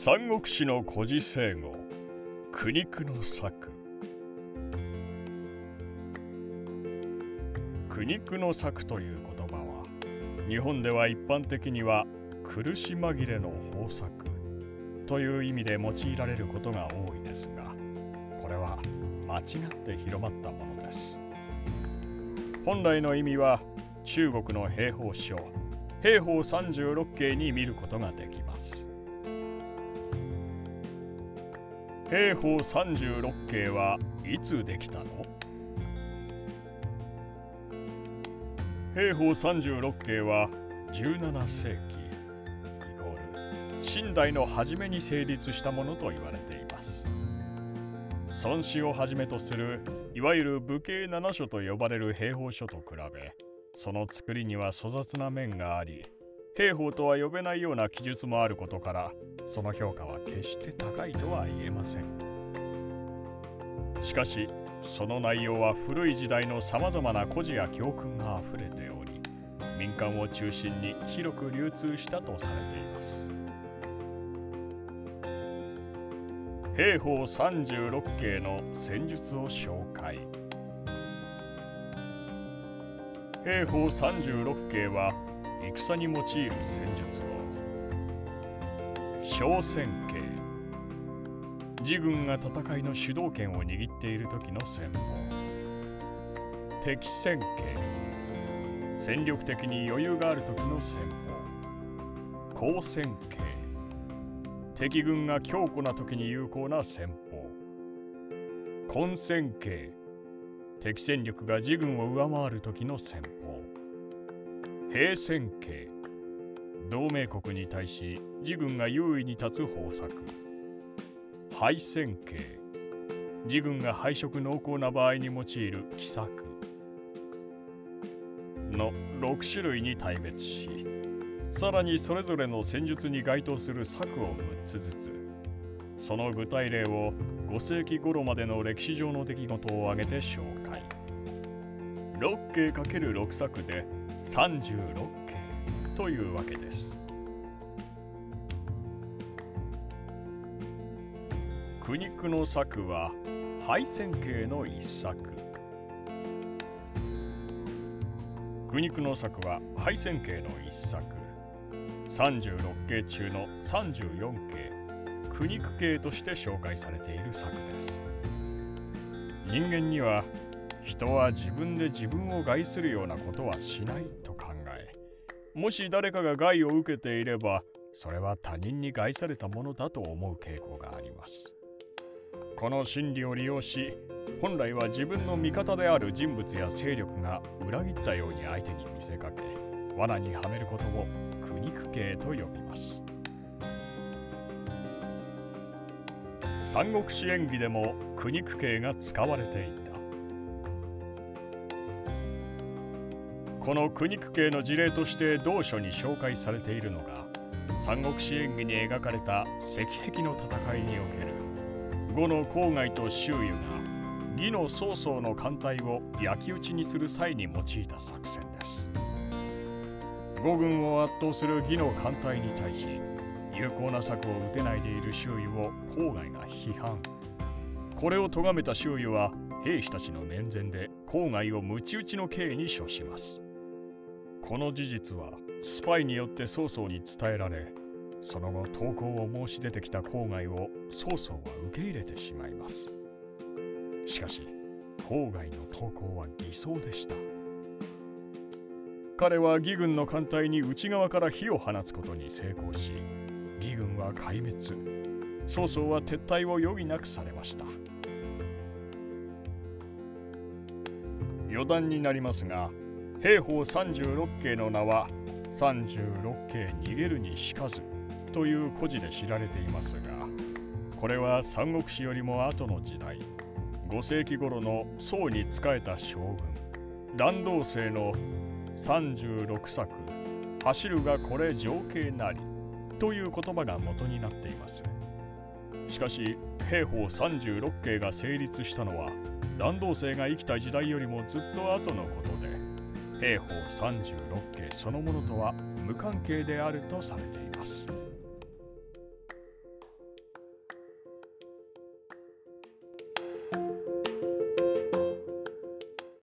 三国志の古事成語、苦肉の策。苦肉の策という言葉は、日本では一般的には苦し紛れの方策という意味で用いられることが多いですが、これは間違って広まったものです。本来の意味は中国の兵法書兵法36形に見ることができます。兵法36形はいつできたの？兵法36形は17世紀清代の初めに成立したものと言われています。孫子をはじめとするいわゆる武系7書と呼ばれる兵法書と比べ、その作りには粗雑な面があり、兵法とは呼べないような記述もあることから、その評価は決して高いとは言えません。しかし、その内容は古い時代のさまざまな故事や教訓があふれており、民間を中心に広く流通したとされています。兵法36形の戦術を紹介。兵法36形は戦に用いる戦術を小戦形、自軍が戦いの主導権を握っている時の戦法。敵戦形、戦力的に余裕がある時の戦法。交戦形、敵軍が強固な時に有効な戦法。混戦形、敵戦力が自軍を上回る時の戦法。兵戦形、同盟国に対し自軍が優位に立つ方策。敗戦形、自軍が敗色濃厚な場合に用いる奇策の6種類に大別し、さらにそれぞれの戦術に該当する策を6つずつ、その具体例を5世紀頃までの歴史上の出来事を挙げて紹介。6形×6策で36形というわけです。苦肉の策は敗戦形の一策。苦肉の策は敗戦形の一策。36形中の34形、苦肉形として紹介されている策です。人間には、人は自分で自分を害するようなことはしないと考え、もし誰かが害を受けていれば、それは他人に害されたものだと思う傾向があります。この心理を利用し、本来は自分の味方である人物や勢力が裏切ったように相手に見せかけ、罠にはめることを苦肉形と呼びます。三国志演義でも苦肉形が使われていた。この苦肉形の事例として同書に紹介されているのが、三国志演義に描かれた石壁の戦いにおける呉の郊外と周囲が魏の曹操の艦隊を焼き討ちにする際に用いた作戦です。呉軍を圧倒する魏の艦隊に対し、有効な策を打てないでいる周囲を郊外が批判。これを咎めた周囲は兵士たちの面前で郊外を鞭打ちの刑に処します。この事実はスパイによって曹操に伝えられ、その後投降を申し出てきた郊外を曹操は受け入れてしまいます。しかし郊外の投降は偽装でした。彼は魏軍の艦隊に内側から火を放つことに成功し、魏軍は壊滅、曹操は撤退を余儀なくされました。余談になりますが、兵法36形の名は36形逃げるにしかずという故事で知られていますが、これは三国志よりも後の時代、5世紀頃の宋に仕えた将軍乱道清の36策走るがこれ情景なりという言葉が元になっています。しかし兵法36形が成立したのは乱道清が生きた時代よりもずっと後のことで、兵法36形そのものとは無関係であるとされています。